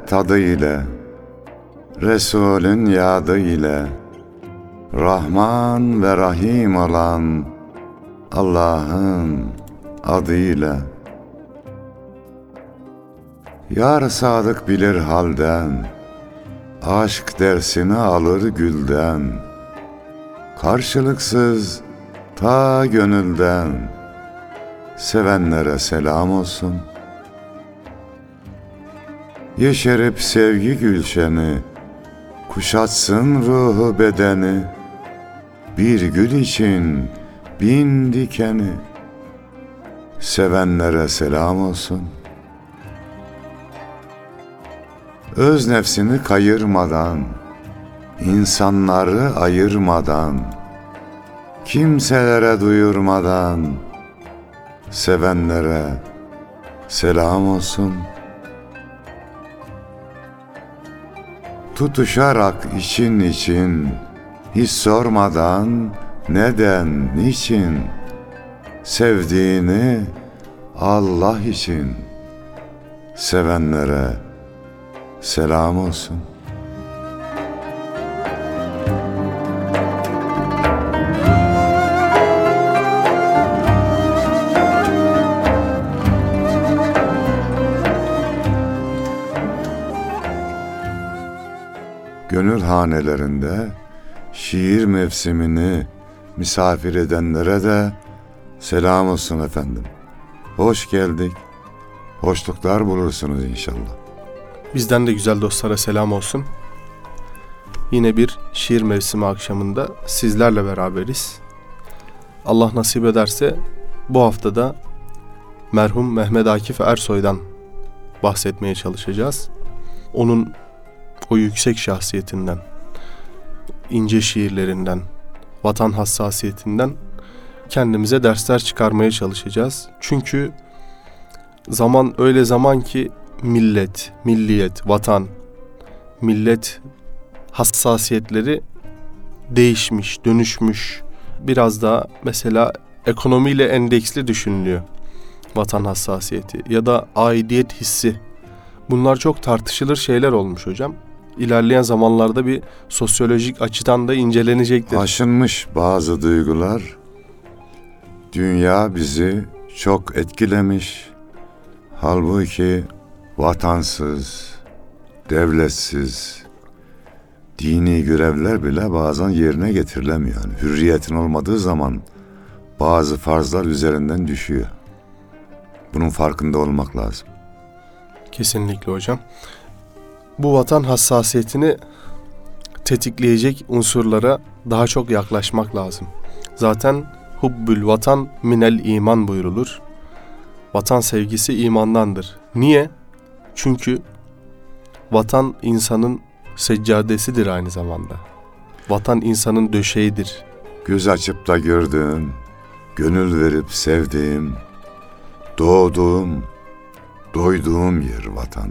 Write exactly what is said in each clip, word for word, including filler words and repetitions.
tadı ile, Resulün yadı ile, Rahman ve Rahim olan Allah'ın adıyla. Yar sadık bilir halden, aşk dersini alır gülden, karşılıksız ta gönülden, sevenlere selam olsun. Yeşerip sevgi gülşeni, kuşatsın ruhu bedeni, bir gül için bin dikeni, sevenlere selam olsun. Öz nefsini kayırmadan, insanları ayırmadan, kimselere duyurmadan, sevenlere selam olsun. Tutuşarak için için, hiç sormadan neden, niçin, sevdiğini Allah için, sevenlere selam olsun. Gönül hanelerinde şiir mevsimini misafir edenlere de selam olsun efendim. Hoş geldik, hoşluklar bulursunuz inşallah. Bizden de güzel dostlara selam olsun. Yine bir şiir mevsimi akşamında sizlerle beraberiz. Allah nasip ederse bu haftada merhum Mehmet Akif Ersoy'dan bahsetmeye çalışacağız. Onun o yüksek şahsiyetinden, ince şiirlerinden, vatan hassasiyetinden kendimize dersler çıkarmaya çalışacağız. Çünkü zaman öyle zaman ki millet, milliyet, vatan, millet hassasiyetleri değişmiş, dönüşmüş. Biraz daha mesela ekonomiyle endeksli düşünülüyor vatan hassasiyeti ya da aidiyet hissi. Bunlar çok tartışılır şeyler olmuş hocam. İlerleyen zamanlarda bir sosyolojik açıdan da incelenecektir. Aşınmış bazı duygular, dünya bizi çok etkilemiş. Halbuki vatansız, devletsiz, dini görevler bile bazen yerine getirilemiyor. Yani hürriyetin olmadığı zaman bazı farzlar üzerinden düşüyor. Bunun farkında olmak lazım. Kesinlikle hocam. Bu vatan hassasiyetini tetikleyecek unsurlara daha çok yaklaşmak lazım. Zaten hubbül vatan minel iman buyrulur. Vatan sevgisi imandandır. Niye? Çünkü vatan insanın seccadesidir aynı zamanda. Vatan insanın döşeğidir. Göz açıp da gördüğüm, gönül verip sevdiğim, doğduğum, doyduğum yer vatan.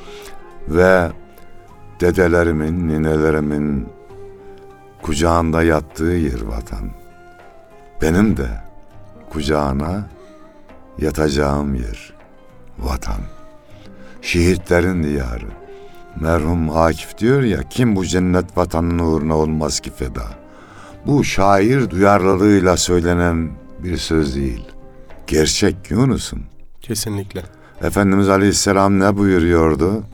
Ve dedelerimin, ninelerimin kucağında yattığı yer vatan. Benim de kucağına yatacağım yer vatan. Şehitlerin diyarı. Merhum Akif diyor ya, kim bu cennet vatanın uğruna olmaz ki feda. Bu şair duyarlılığıyla söylenen bir söz değil. Gerçek Yunus'un. Kesinlikle. Efendimiz Aleyhisselam ne buyuruyordu?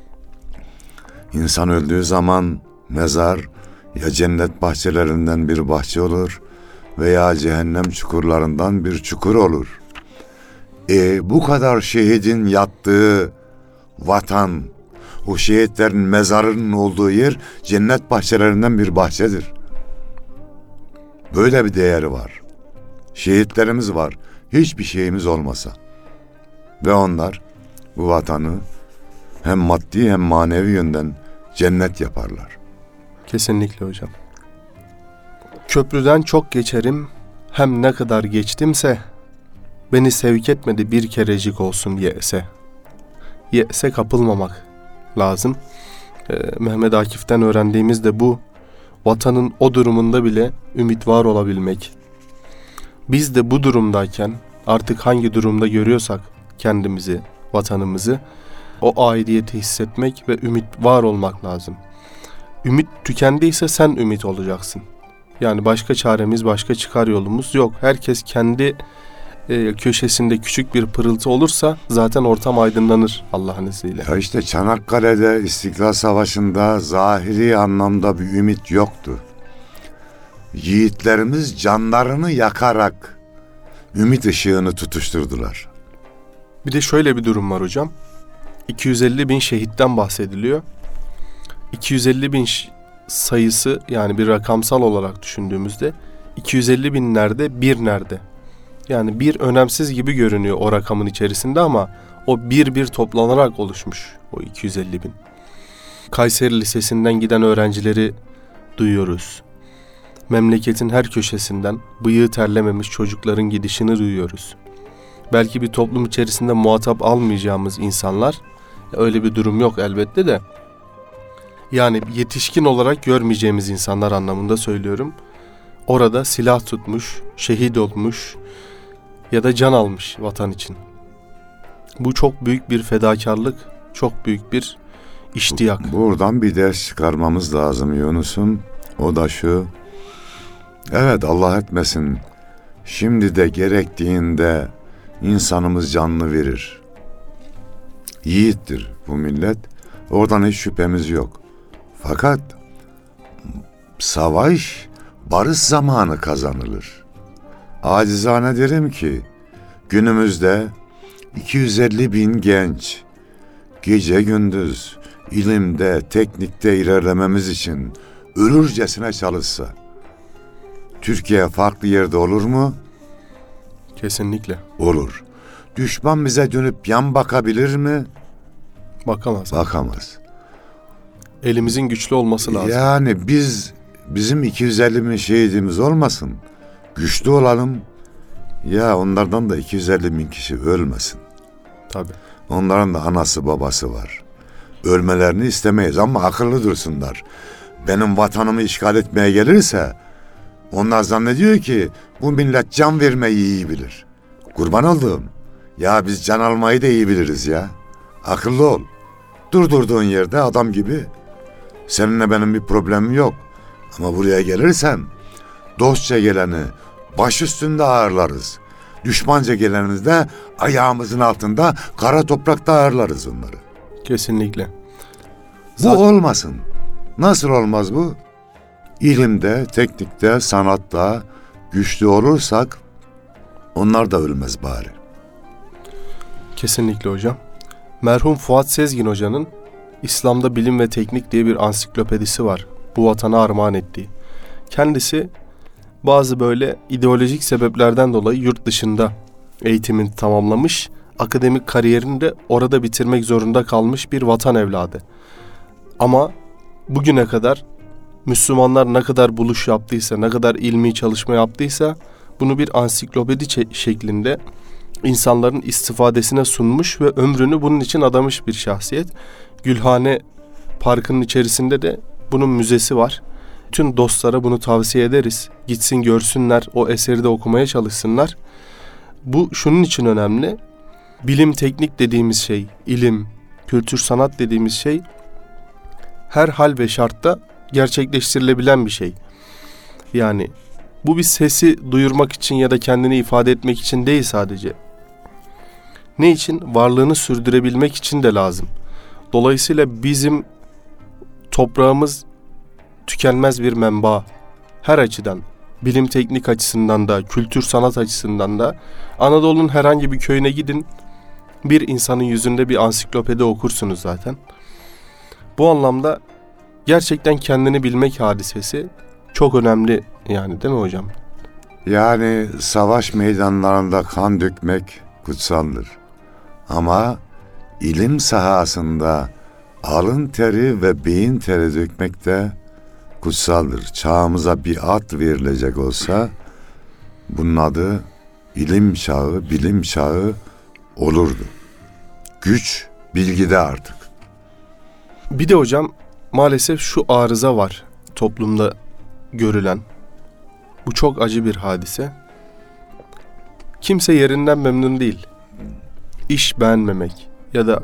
İnsan öldüğü zaman mezar ya cennet bahçelerinden bir bahçe olur veya cehennem çukurlarından bir çukur olur. E bu kadar şehidin yattığı vatan, o şehitlerin mezarının olduğu yer cennet bahçelerinden bir bahçedir. Böyle bir değeri var. Şehitlerimiz var. Hiçbir şeyimiz olmasa. Ve onlar bu vatanı hem maddi hem manevi yönden cennet yaparlar. Kesinlikle hocam. Köprüden çok geçerim, hem ne kadar geçtimse, beni sevk etmedi bir kerecik olsun ye'se. Ye'se kapılmamak lazım. Ee, Mehmet Akif'ten öğrendiğimiz de bu. Vatanın o durumunda bile ümit var olabilmek. Biz de bu durumdayken, artık hangi durumda görüyorsak kendimizi, vatanımızı, o aidiyeti hissetmek ve ümit var olmak lazım. Ümit tükendiyse sen ümit olacaksın. Yani başka çaremiz, başka çıkar yolumuz yok. Herkes kendi e, köşesinde küçük bir pırıltı olursa zaten ortam aydınlanır Allah'ın izniyle. Ya işte Çanakkale'de İstiklal Savaşı'nda zahiri anlamda bir ümit yoktu. Yiğitlerimiz canlarını yakarak ümit ışığını tutuşturdular. Bir de şöyle bir durum var hocam. iki yüz elli bin şehitten bahsediliyor. iki yüz elli bin sayısı, yani bir rakamsal olarak düşündüğümüzde iki yüz elli bin nerede, bir nerede? Yani bir önemsiz gibi görünüyor o rakamın içerisinde ama o bir bir toplanarak oluşmuş o iki yüz elli bin. Kayseri Lisesi'nden giden öğrencileri duyuyoruz. Memleketin her köşesinden bıyığı terlememiş çocukların gidişini duyuyoruz. Belki bir toplum içerisinde muhatap almayacağımız insanlar, öyle bir durum yok elbette de, yani yetişkin olarak görmeyeceğimiz insanlar anlamında söylüyorum. Orada silah tutmuş, şehit olmuş ya da can almış vatan için. Bu çok büyük bir fedakarlık, çok büyük bir iştiyak. Buradan bir ders çıkarmamız lazım Yunus'um. O da şu: evet, Allah etmesin, şimdi de gerektiğinde insanımız canını verir. Yiğittir bu millet. Oradan hiç şüphemiz yok. Fakat savaş barış zamanı kazanılır. Acizane derim ki günümüzde iki yüz elli bin genç gece gündüz ilimde, teknikte ilerlememiz için ölürcesine çalışsa Türkiye farklı yerde olur mu? Kesinlikle. Olur. Düşman bize dönüp yan bakabilir mi? Bakamaz. Bakamaz. Elimizin güçlü olması lazım. Yani biz, bizim iki yüz elli bin şehidimiz olmasın, güçlü olalım. Ya onlardan da iki yüz elli bin kişi ölmesin. Tabii. Onların da anası babası var. Ölmelerini istemeyiz ama akıllı dursunlar. Benim vatanımı işgal etmeye gelirse onlar zannediyor ki bu millet can vermeyi iyi bilir. Kurban olduğum. Ya biz can almayı da iyi biliriz ya. Akıllı ol. Dur durduğun yerde adam gibi. Seninle benim bir problemim yok. Ama buraya gelirsen dostça geleni baş üstünde ağırlarız. Düşmanca geleni de ayağımızın altında kara toprakta ağırlarız onları. Kesinlikle. Bu Zaten... olmasın. Nasıl olmaz bu? İlimde, teknikte, sanatta güçlü olursak onlar da ölmez bari. Kesinlikle hocam. Merhum Fuat Sezgin hocanın İslam'da Bilim ve Teknik diye bir ansiklopedisi var. Bu vatana armağan ettiği. Kendisi bazı böyle ideolojik sebeplerden dolayı yurt dışında eğitimini tamamlamış, akademik kariyerini de orada bitirmek zorunda kalmış bir vatan evladı. Ama bugüne kadar Müslümanlar ne kadar buluş yaptıysa, ne kadar ilmi çalışma yaptıysa bunu bir ansiklopedi şeklinde insanların istifadesine sunmuş ve ömrünü bunun için adamış bir şahsiyet. Gülhane Parkı'nın içerisinde de bunun müzesi var. Bütün dostlara bunu tavsiye ederiz. Gitsin görsünler, o eseri de okumaya çalışsınlar. Bu şunun için önemli. Bilim, teknik dediğimiz şey, ilim, kültür, sanat dediğimiz şey her hal ve şartta gerçekleştirilebilen bir şey. Yani bu bir sesi duyurmak için ya da kendini ifade etmek için değil sadece. Ne için? Varlığını sürdürebilmek için de lazım. Dolayısıyla bizim toprağımız tükenmez bir menba. Her açıdan, bilim teknik açısından da, kültür sanat açısından da. Anadolu'nun herhangi bir köyüne gidin, bir insanın yüzünde bir ansiklopedi okursunuz zaten. Bu anlamda gerçekten kendini bilmek hadisesi çok önemli yani, değil mi hocam? Yani savaş meydanlarında kan dökmek kutsaldır. Ama ilim sahasında alın teri ve beyin teri dökmek de kutsaldır. Çağımıza bir ad verilecek olsa bunun adı ilim çağı, bilim çağı olurdu. Güç bilgide artık. Bir de hocam maalesef şu arıza var toplumda görülen. Bu çok acı bir hadise. Kimse yerinden memnun değil. İş beğenmemek ya da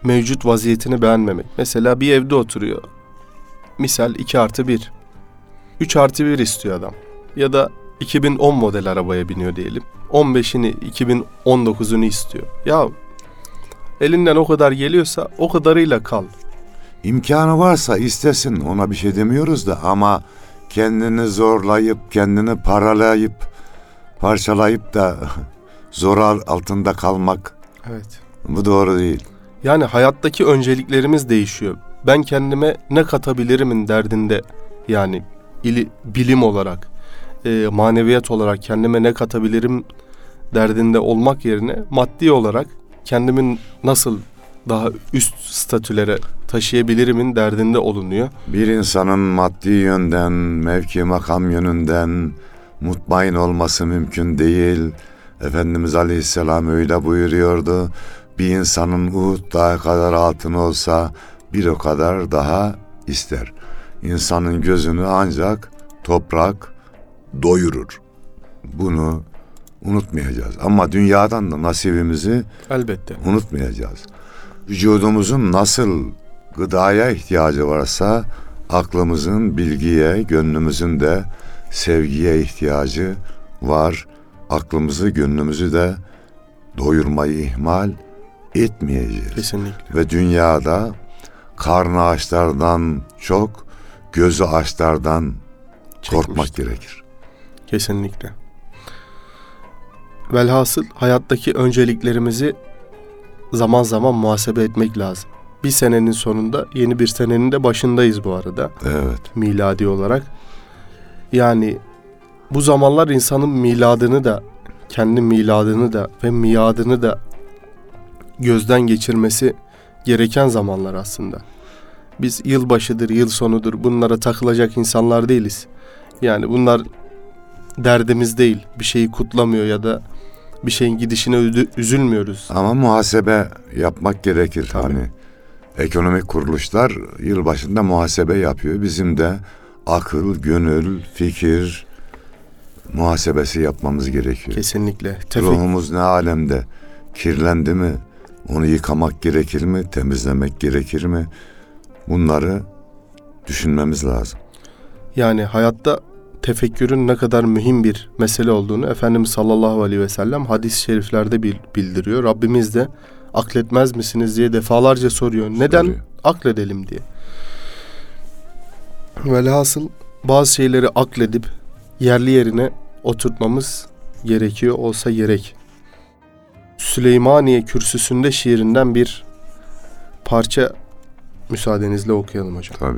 mevcut vaziyetini beğenmemek. Mesela bir evde oturuyor. Misal iki artı bir. üç artı bir istiyor adam. Ya da iki bin on model arabaya biniyor diyelim. on beşini, iki bin on dokuzunu istiyor. Ya elinden o kadar geliyorsa o kadarıyla kal. İmkanı varsa istesin, ona bir şey demiyoruz da, ama kendini zorlayıp, kendini paralayıp, parçalayıp da zor altında kalmak, Evet. bu doğru değil. Yani hayattaki önceliklerimiz değişiyor. Ben kendime ne katabilirimin derdinde, yani ili, bilim olarak, e, maneviyat olarak kendime ne katabilirim derdinde olmak yerine maddi olarak kendimin nasıl daha üst statülere taşıyabilirimin derdinde olunuyor. Bir insanın maddi yönden, mevki makam yönünden mutmain olması mümkün değil. Efendimiz Aleyhisselam öyle buyuruyordu. Bir insanın Uhud dağı kadar altın olsa bir o kadar daha ister. İnsanın gözünü ancak toprak doyurur. Bunu unutmayacağız. Ama dünyadan da nasibimizi Elbette. unutmayacağız. Vücudumuzun nasıl gıdaya ihtiyacı varsa aklımızın bilgiye, gönlümüzün de sevgiye ihtiyacı var. Aklımızı, gönlümüzü de doyurmayı ihmal etmeyeceğiz. Kesinlikle. Ve dünyada karnı açlardan çok, gözü açlardan korkmak Çekmiştir. gerekir. Kesinlikle. Velhasıl hayattaki önceliklerimizi zaman zaman muhasebe etmek lazım. Bir senenin sonunda yeni bir senenin de başındayız bu arada. Evet. Miladi olarak. Yani bu zamanlar insanın miladını da, kendi miladını da ve miadını da gözden geçirmesi gereken zamanlar aslında. Biz yılbaşıdır, yıl sonudur bunlara takılacak insanlar değiliz. Yani bunlar derdimiz değil. Bir şeyi kutlamıyor ya da bir şeyin gidişine üzülmüyoruz. Ama muhasebe yapmak gerekir. Tabii. Hani ekonomik kuruluşlar yılbaşında muhasebe yapıyor. Bizim de akıl, gönül, fikir muhasebesi yapmamız gerekiyor. Kesinlikle. Tefek- Ruhumuz ne alemde? Kirlendi mi? Onu yıkamak gerekir mi? Temizlemek gerekir mi? Bunları düşünmemiz lazım. Yani hayatta tefekkürün ne kadar mühim bir mesele olduğunu Efendimiz sallallahu aleyhi ve sellem hadis-i şeriflerde bildiriyor. Rabbimiz de akletmez misiniz diye defalarca soruyor. Neden? Soruyor. Akledelim diye. Velhasıl bazı şeyleri akledip yerli yerine oturtmamız gerekiyor olsa gerek. Süleymaniye Kürsüsünde şiirinden bir parça müsaadenizle okuyalım hocam. Tabii.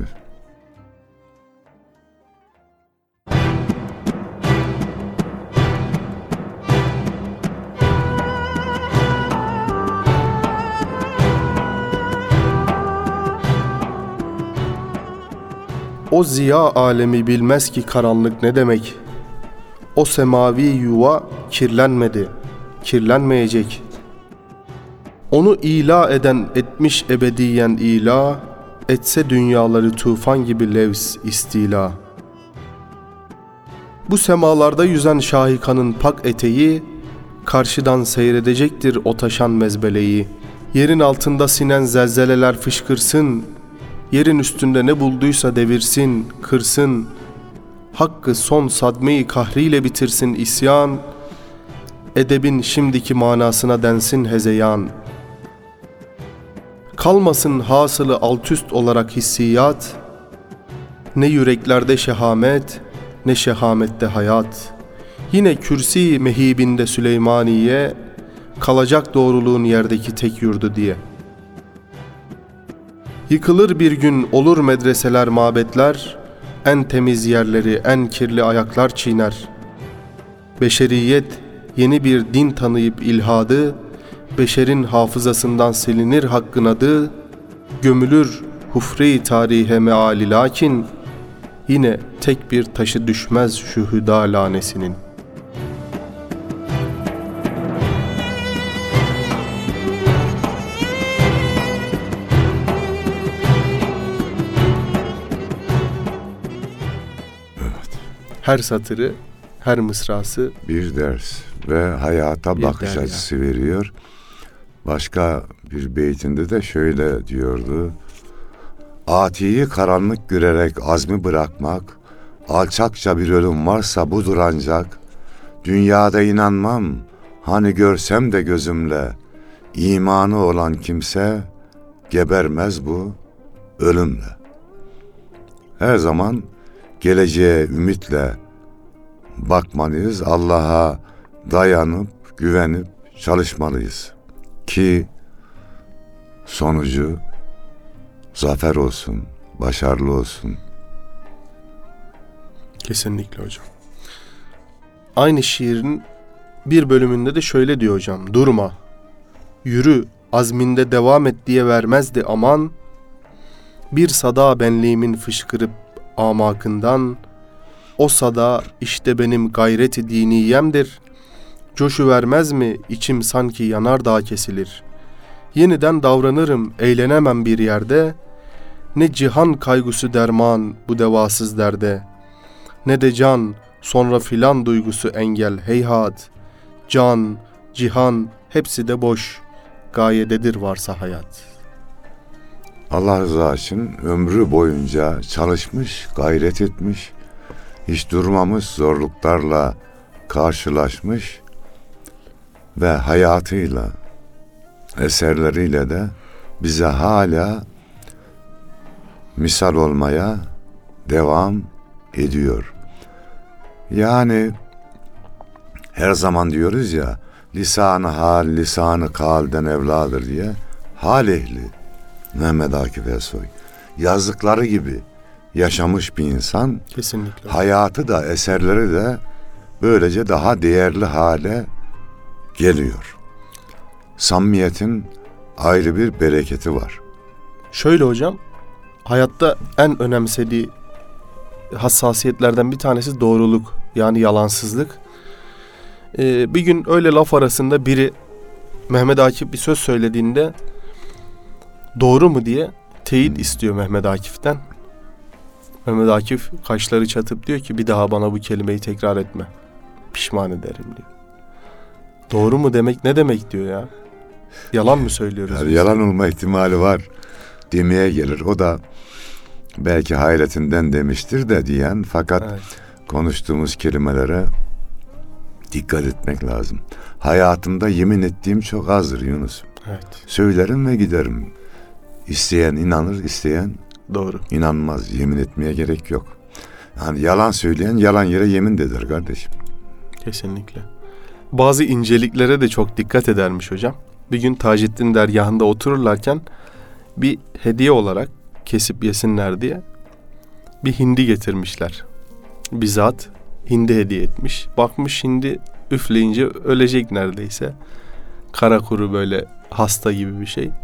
O ziya alemi bilmez ki karanlık ne demek. O semavi yuva kirlenmedi, kirlenmeyecek. Onu ila eden etmiş ebediyen ila, etse dünyaları tufan gibi levs istila. Bu semalarda yüzen şahikanın pak eteği, karşıdan seyredecektir o taşan mezbeleyi. Yerin altında sinen zelzeleler fışkırsın, yerin üstünde ne bulduysa devirsin, kırsın. Hakkı son sadmeyi kahriyle bitirsin isyan, edebin şimdiki manasına densin hezeyan. Kalmasın hasılı altüst olarak hissiyat, ne yüreklerde şehamet, ne şehamette hayat. Yine kürsi mehibinde Süleymaniye, kalacak doğruluğun yerdeki tek yurdu diye. Yıkılır bir gün olur medreseler, mabetler, en temiz yerleri, en kirli ayaklar çiğner. Beşeriyet yeni bir din tanıyıp ilhadı, beşerin hafızasından silinir hakkın adı, gömülür hufre-i tarihe meali lakin, yine tek bir taşı düşmez şu hüda lanesinin. Her satırı, her mısrası Bir ders ve hayata Bir bakış derya. açısı veriyor. Başka bir beytinde de şöyle diyordu. Atiyi karanlık görerek azmi bırakmak, alçakça bir ölüm varsa budur ancak. Dünyada inanmam, hani görsem de gözümle, imanı olan kimse gebermez bu ölümle. Her zaman geleceğe ümitle bakmalıyız, Allah'a dayanıp, güvenip çalışmalıyız ki sonucu zafer olsun, başarılı olsun. Kesinlikle hocam. Aynı şiirin bir bölümünde de şöyle diyor hocam. Durma, yürü, azminde devam et diye vermezdi aman. Bir sada benliğimin fışkırıp amakından. O sada işte benim gayreti diniyemdir. Coşu vermez mi içim sanki yanardağ kesilir. Yeniden davranırım eğlenemem bir yerde. Ne cihan kaygısı derman bu devasız derde. Ne de can sonra filan duygusu engel heyhat. Can, cihan hepsi de boş. Gayededir varsa hayat. Allah rızası için ömrü boyunca çalışmış, gayret etmiş, hiç durmamış, zorluklarla karşılaşmış ve hayatıyla, eserleriyle de bize hala misal olmaya devam ediyor. Yani her zaman diyoruz ya, lisan-ı hal, lisan-ı kalden evladır diye. Hal ehli Mehmet Akif Ersoy yazdıkları gibi yaşamış bir insan. Kesinlikle. Hayatı da eserleri de böylece daha değerli hale geliyor. Samimiyetin ayrı bir bereketi var. Şöyle hocam, hayatta en önemsediği hassasiyetlerden bir tanesi doğruluk, yani yalansızlık. Ee, bir gün öyle laf arasında biri Mehmet Akif bir söz söylediğinde doğru mu diye teyit istiyor Mehmet Akif'ten. Mehmet Akif kaşları çatıp diyor ki bir daha bana bu kelimeyi tekrar etme. Pişman ederim diyor. Doğru mu demek ne demek diyor ya. Yalan mı söylüyoruz? Yani yalan olma ihtimali var demeye gelir. O da belki hayretinden demiştir de diyen, fakat evet, konuştuğumuz kelimelere dikkat etmek lazım. Hayatımda yemin ettiğim çok azdır Yunus. Evet. Söylerim ve giderim. İsteyen inanır, isteyen doğru inanmaz. Yemin etmeye gerek yok. Yani yalan söyleyen yalan yere yemin de eder kardeşim. Kesinlikle. Bazı inceliklere de çok dikkat edermiş hocam. Bir gün Taceddin dergahında otururlarken bir hediye olarak kesip yesinler diye bir hindi getirmişler. Bizzat hindi hediye etmiş. Bakmış hindi üfleyince ölecek neredeyse. Kara kuru böyle hasta gibi bir şey.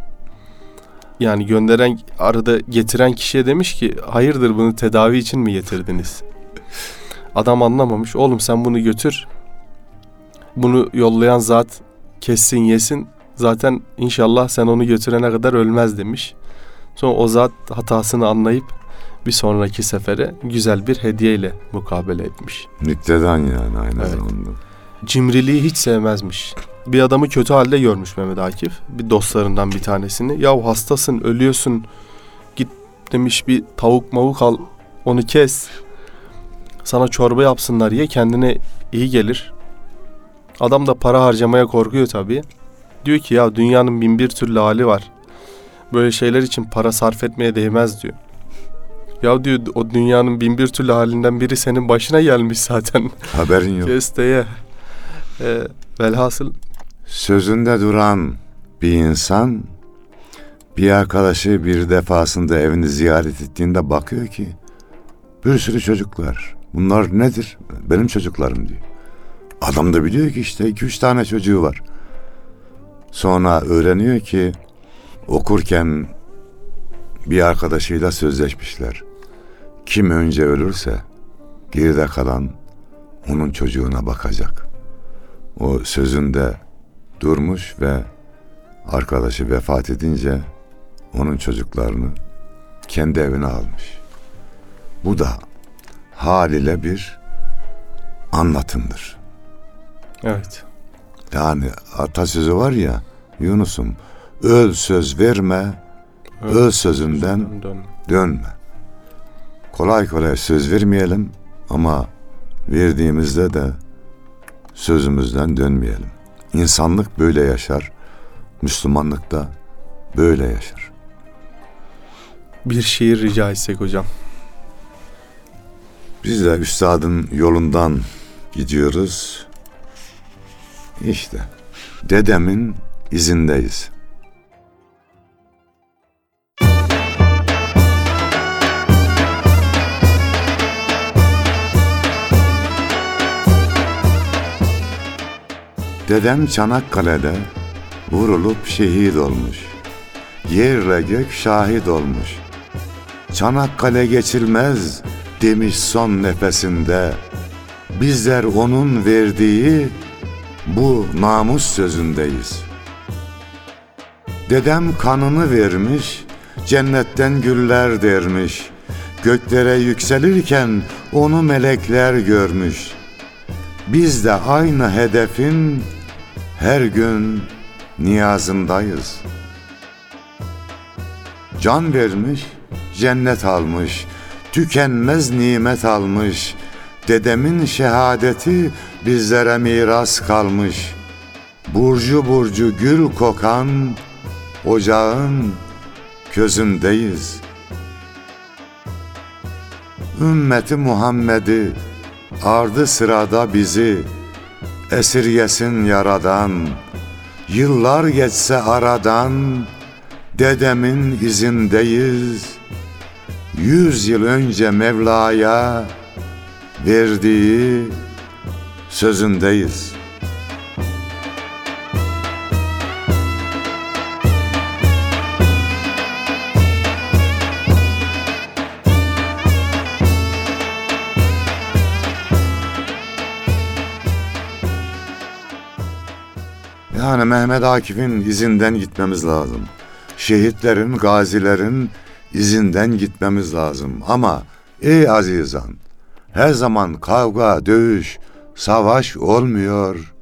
Yani gönderen, arada getiren kişiye demiş ki hayırdır bunu tedavi için mi getirdiniz? Adam anlamamış. Oğlum sen bunu götür. Bunu yollayan zat kessin yesin. Zaten inşallah sen onu götürene kadar ölmez demiş. Sonra o zat hatasını anlayıp bir sonraki sefere güzel bir hediyeyle mukabele etmiş. Nüktedan yani aynı evet, zamanda. Cimriliği hiç sevmezmiş. Bir adamı kötü halde görmüş Mehmet Akif. Bir dostlarından bir tanesini. Yahu hastasın, ölüyorsun. Git demiş bir tavuk mavuk al, onu kes. Sana çorba yapsınlar ye, kendine iyi gelir. Adam da para harcamaya korkuyor tabii. Diyor ki ya dünyanın bin bir türlü hali var. Böyle şeyler için para sarf etmeye değmez diyor. Ya diyor o dünyanın bin bir türlü halinden biri senin başına gelmiş zaten. Haberin yok. Kes de ye. Ee, velhasıl sözünde duran bir insan bir arkadaşı bir defasında evini ziyaret ettiğinde bakıyor ki bir sürü çocuklar. Bunlar nedir? Benim çocuklarım diyor. Adam da biliyor ki işte iki üç tane çocuğu var. Sonra öğreniyor ki okurken bir arkadaşıyla sözleşmişler. Kim önce ölürse geride kalan onun çocuğuna bakacak. O sözünde durmuş ve arkadaşı vefat edince onun çocuklarını kendi evine almış. Bu da haliyle bir anlatımdır. evet. Yani atasözü var ya Yunus'um, öl söz verme, öl, öl sözünden dönme. dönme. Kolay kolay söz vermeyelim ama verdiğimizde de sözümüzden dönmeyelim. İnsanlık böyle yaşar, Müslümanlık da böyle yaşar. Bir şiir rica etsek hocam. Biz de üstadın yolundan gidiyoruz. İşte dedemin izindeyiz. Dedem Çanakkale'de vurulup şehit olmuş. Yerle gök şahit olmuş. Çanakkale geçilmez demiş son nefesinde. Bizler onun verdiği bu namus sözündeyiz. Dedem kanını vermiş, cennetten güller dermiş. Göklere yükselirken onu melekler görmüş. Biz de aynı hedefin her gün niyazındayız. Can vermiş, cennet almış, tükenmez nimet almış. Dedemin şehadeti bizlere miras kalmış. Burcu burcu gül kokan ocağın közündeyiz. Ümmeti Muhammed'i ardı sırada bizi esirgesin yaradan. Yıllar geçse aradan dedemin izindeyiz. Yüz yıl önce Mevla'ya verdiği sözündeyiz. Yani Mehmet Akif'in izinden gitmemiz lazım. Şehitlerin, gazilerin izinden gitmemiz lazım. Ama ey azizan, her zaman kavga, dövüş, savaş olmuyor.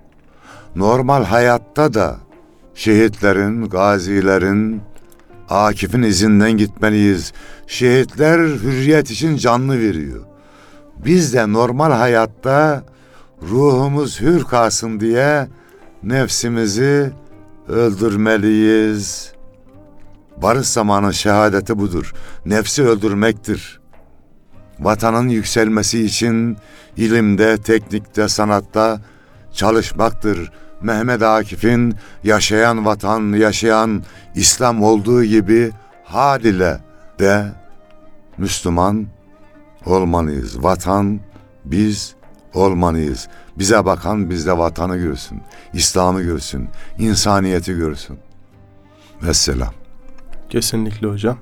Normal hayatta da şehitlerin, gazilerin, Akif'in izinden gitmeliyiz. Şehitler hürriyet için canlı veriyor. Biz de normal hayatta ruhumuz hür kalsın diye nefsimizi öldürmeliyiz. Barış zamanı şehadeti budur. Nefsi öldürmektir. Vatanın yükselmesi için ilimde, teknikte, sanatta çalışmaktır. Mehmet Akif'in yaşayan vatan, yaşayan İslam olduğu gibi hal ile de Müslüman olmalıyız. Vatan biz olmalıyız. Bize bakan bizde vatanı görsün, İslam'ı görsün, insaniyeti görsün. Vesselam. Kesinlikle hocam.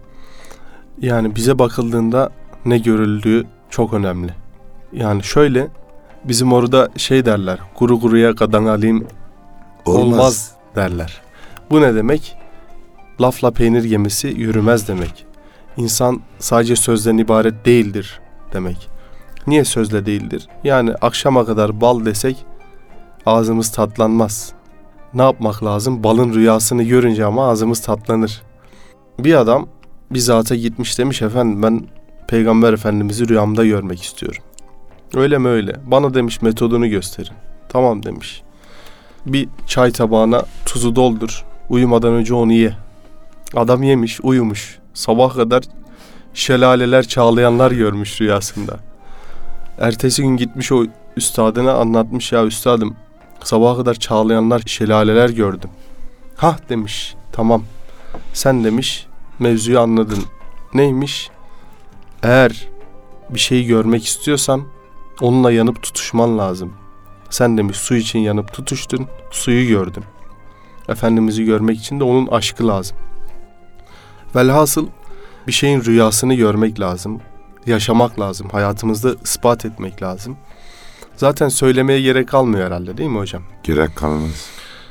Yani bize bakıldığında ne görüldüğü çok önemli. Yani şöyle, bizim orada şey derler, kuru kuruya kadan alayım olmaz. olmaz derler. Bu ne demek? Lafla peynir gemisi yürümez demek. İnsan sadece sözden ibaret değildir demek. Niye sözle değildir? Yani akşama kadar bal desek ağzımız tatlanmaz. Ne yapmak lazım? Balın rüyasını görünce ama ağzımız tatlanır. Bir adam bir zata gitmiş, demiş efendim ben Peygamber Efendimiz'i rüyamda görmek istiyorum. Öyle mi öyle? Bana demiş metodunu gösterin. Tamam demiş. Bir çay tabağına tuzu doldur. Uyumadan önce onu ye. Adam yemiş, uyumuş. Sabah kadar şelaleler, çağlayanlar görmüş rüyasında. Ertesi gün gitmiş o üstadına anlatmış, ya üstadım sabaha kadar çağlayanlar, şelaleler gördüm. Hah demiş, tamam. Sen demiş mevzuyu anladın. Neymiş? Eğer bir şeyi görmek istiyorsan onunla yanıp tutuşman lazım. Sen demiş su için yanıp tutuştun, suyu gördün. Efendimiz'i görmek için de onun aşkı lazım. Velhasıl bir şeyin rüyasını görmek lazım. Yaşamak lazım. Hayatımızda ispat etmek lazım. Zaten söylemeye gerek kalmıyor herhalde, değil mi hocam? Gerek kalmaz.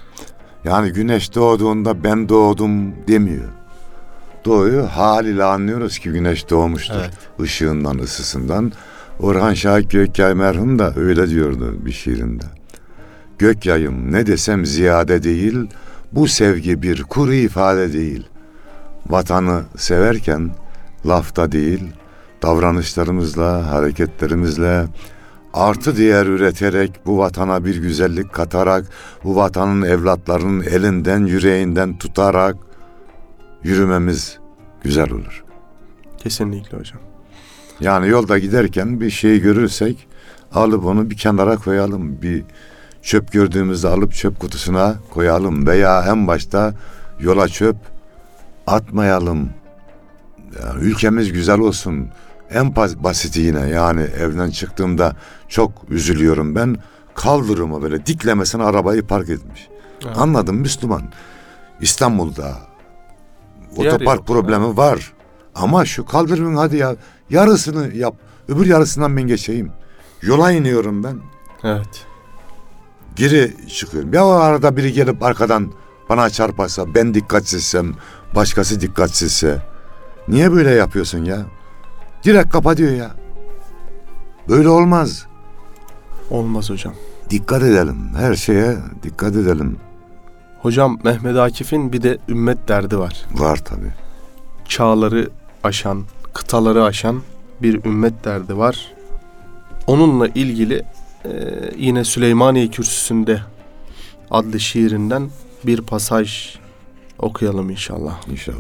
Yani güneş doğduğunda ben doğdum demiyor. Doğuyor, haliyle anlıyoruz ki güneş doğmuştur. Evet. Işığından, ısısından. Orhan Şahik Gökyay merhum da öyle diyordu bir şiirinde. Gökyayım ne desem ziyade değil, Bu sevgi bir kuru ifade değil. Vatanı severken lafta değil, davranışlarımızla, hareketlerimizle, artı değer üreterek, bu vatana bir güzellik katarak, bu vatanın evlatlarının elinden, yüreğinden tutarak yürümemiz güzel olur. Kesinlikle hocam. Yani yolda giderken bir şey görürsek alıp onu bir kenara koyalım. Bir çöp gördüğümüzde alıp çöp kutusuna koyalım. Veya en başta yola çöp atmayalım. Yani ülkemiz güzel olsun. En basiti yine, yani evden çıktığımda çok üzülüyorum ben. Kaldırıma böyle diklemesine arabayı park etmiş. Evet. Anladım, Müslüman. İstanbul'da Yer otopark yok, problemi evet. var. Ama şu kaldırımın hadi ya yarısını yap. Öbür yarısından ben geçeyim. Yola iniyorum ben. Evet. Geri çıkıyorum. Ya o arada biri gelip arkadan bana çarparsa, ben dikkatsizsem, başkası dikkatsizse. Niye böyle yapıyorsun ya? Direkt kapa diyor ya. Böyle olmaz. Olmaz hocam. Dikkat edelim. Her şeye dikkat edelim. Hocam Mehmet Akif'in bir de ümmet derdi var. Var tabii. Çağları aşan, kıtaları aşan bir ümmet derdi var. Onunla ilgili e, yine Süleymaniye Kürsüsü'nde adlı şiirinden bir pasaj okuyalım inşallah. İnşallah.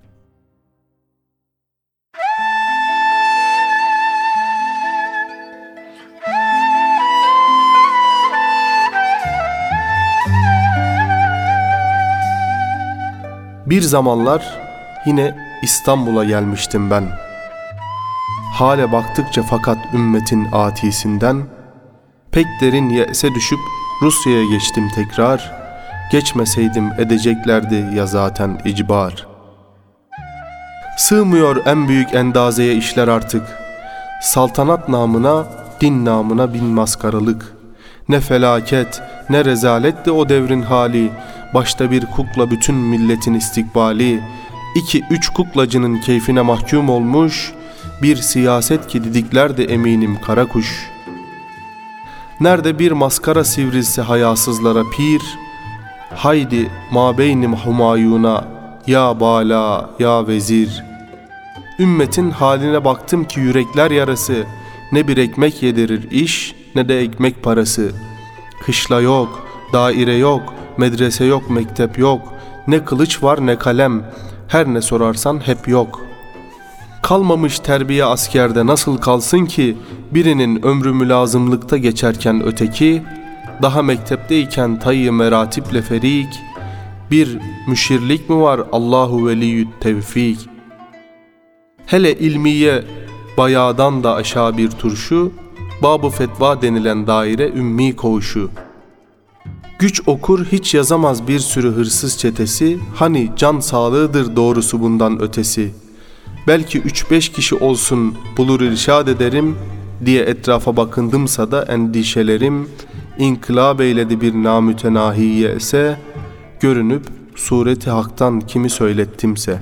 Bir zamanlar yine İstanbul'a gelmiştim ben. Hale baktıkça fakat ümmetin atisinden, pek derin ye'se düşüp Rusya'ya geçtim tekrar. Geçmeseydim edeceklerdi ya zaten icbar. Sığmıyor en büyük endazeye işler artık. Saltanat namına, din namına bin maskaralık. Ne felaket, ne rezaletti o devrin hali. Başta bir kukla bütün milletin istikbali. İki üç kuklacının keyfine mahkum olmuş. Bir siyaset ki didikler de eminim kara kuş. Nerede bir maskara sivrilse hayasızlara pir. Haydi mabeynim humayuna, ya bala ya vezir. Ümmetin haline baktım ki yürekler yarası. Ne bir ekmek yedirir iş, ne de ekmek parası. Kışla yok, daire yok, medrese yok, mektep yok. Ne kılıç var ne kalem, her ne sorarsan hep yok. Kalmamış terbiye askerde nasıl kalsın ki, birinin ömrü mülazımlıkta geçerken öteki, daha mektepteyken tayyi meratiple ferik, bir müşirlik mi var Allahu veliyyü tevfik. Hele ilmiye bayağıdan da aşağı bir turşu, bab-ı fetva denilen daire ümmi koğuşu. Güç okur hiç yazamaz bir sürü hırsız çetesi, hani can sağlığıdır doğrusu bundan ötesi. Belki üç beş kişi olsun bulur irşad ederim, diye etrafa bakındımsa da endişelerim, inkılap eyledi bir namütenahiye ise, görünüp sureti haktan kimi söylettimse.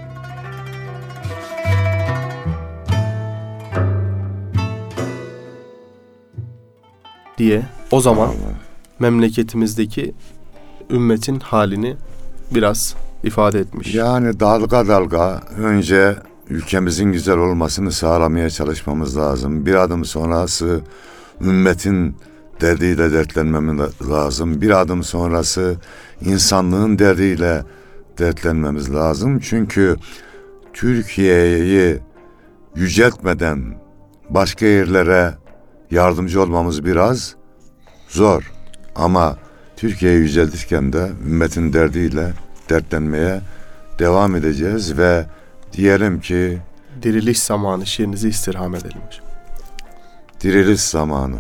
Diye o zaman memleketimizdeki ümmetin halini biraz ifade etmiş. Yani dalga dalga önce ülkemizin güzel olmasını sağlamaya çalışmamız lazım. Bir adım sonrası ümmetin derdiyle dertlenmemiz lazım. Bir adım sonrası insanlığın derdiyle dertlenmemiz lazım. Çünkü Türkiye'yi yüceltmeden başka yerlere yardımcı olmamız biraz zor. Ama Türkiye'yi yüceltirken de ümmetin derdiyle dertlenmeye devam edeceğiz ve diyelim ki Diriliş zamanı şiirinizi istirham edelim hocam. diriliş zamanı.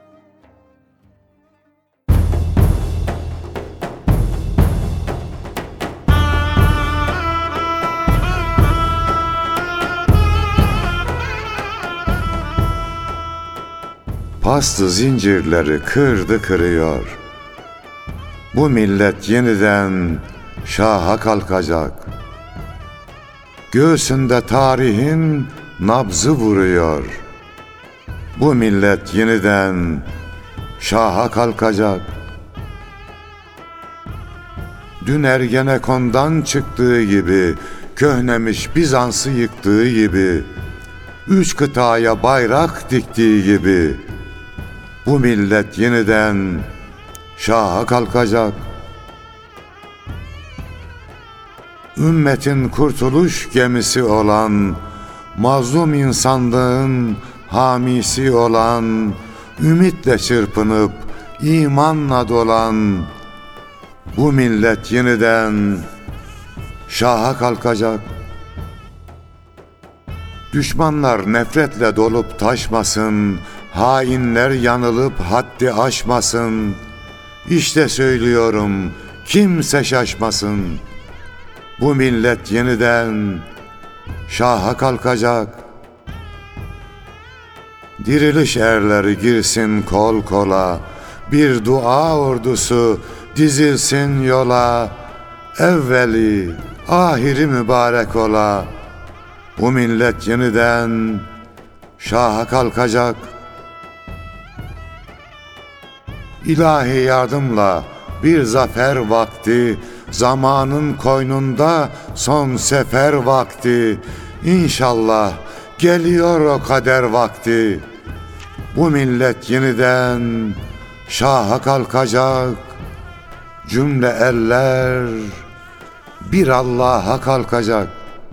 Pastı zincirleri kırdı kırıyor. Bu millet yeniden şaha kalkacak. Göğsünde tarihin nabzı vuruyor. Bu millet yeniden şaha kalkacak. dün Ergenekon'dan çıktığı gibi, köhnemiş Bizans'ı yıktığı gibi, üç kıtaya bayrak diktiği gibi, bu millet yeniden şaha kalkacak. Ümmetin kurtuluş gemisi olan, mazlum insanlığın hamisi olan, ümitle çırpınıp imanla dolan, bu millet yeniden şaha kalkacak. Düşmanlar nefretle dolup taşmasın, hainler yanılıp haddi aşmasın. İşte söylüyorum, kimse şaşmasın. Bu millet yeniden şaha kalkacak. Diriliş erleri girsin kol kola, bir dua ordusu dizilsin yola. Evveli, ahiri mübarek ola. Bu millet yeniden şaha kalkacak. İlahi yardımla bir zafer vakti, zamanın koynunda son sefer vakti. İnşallah geliyor o kader vakti. Bu millet yeniden şaha kalkacak. Cümle eller bir Allah'a kalkacak.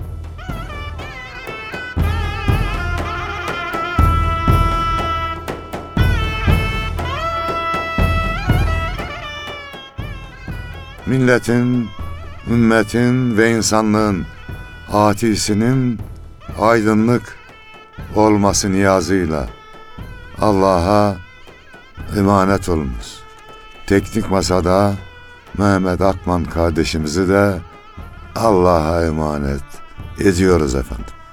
Milletin, ümmetin ve insanlığın atisinin aydınlık olması niyazıyla Allah'a emanet olunuz. Teknik Masada Mehmet Akman kardeşimizi de Allah'a emanet ediyoruz efendim.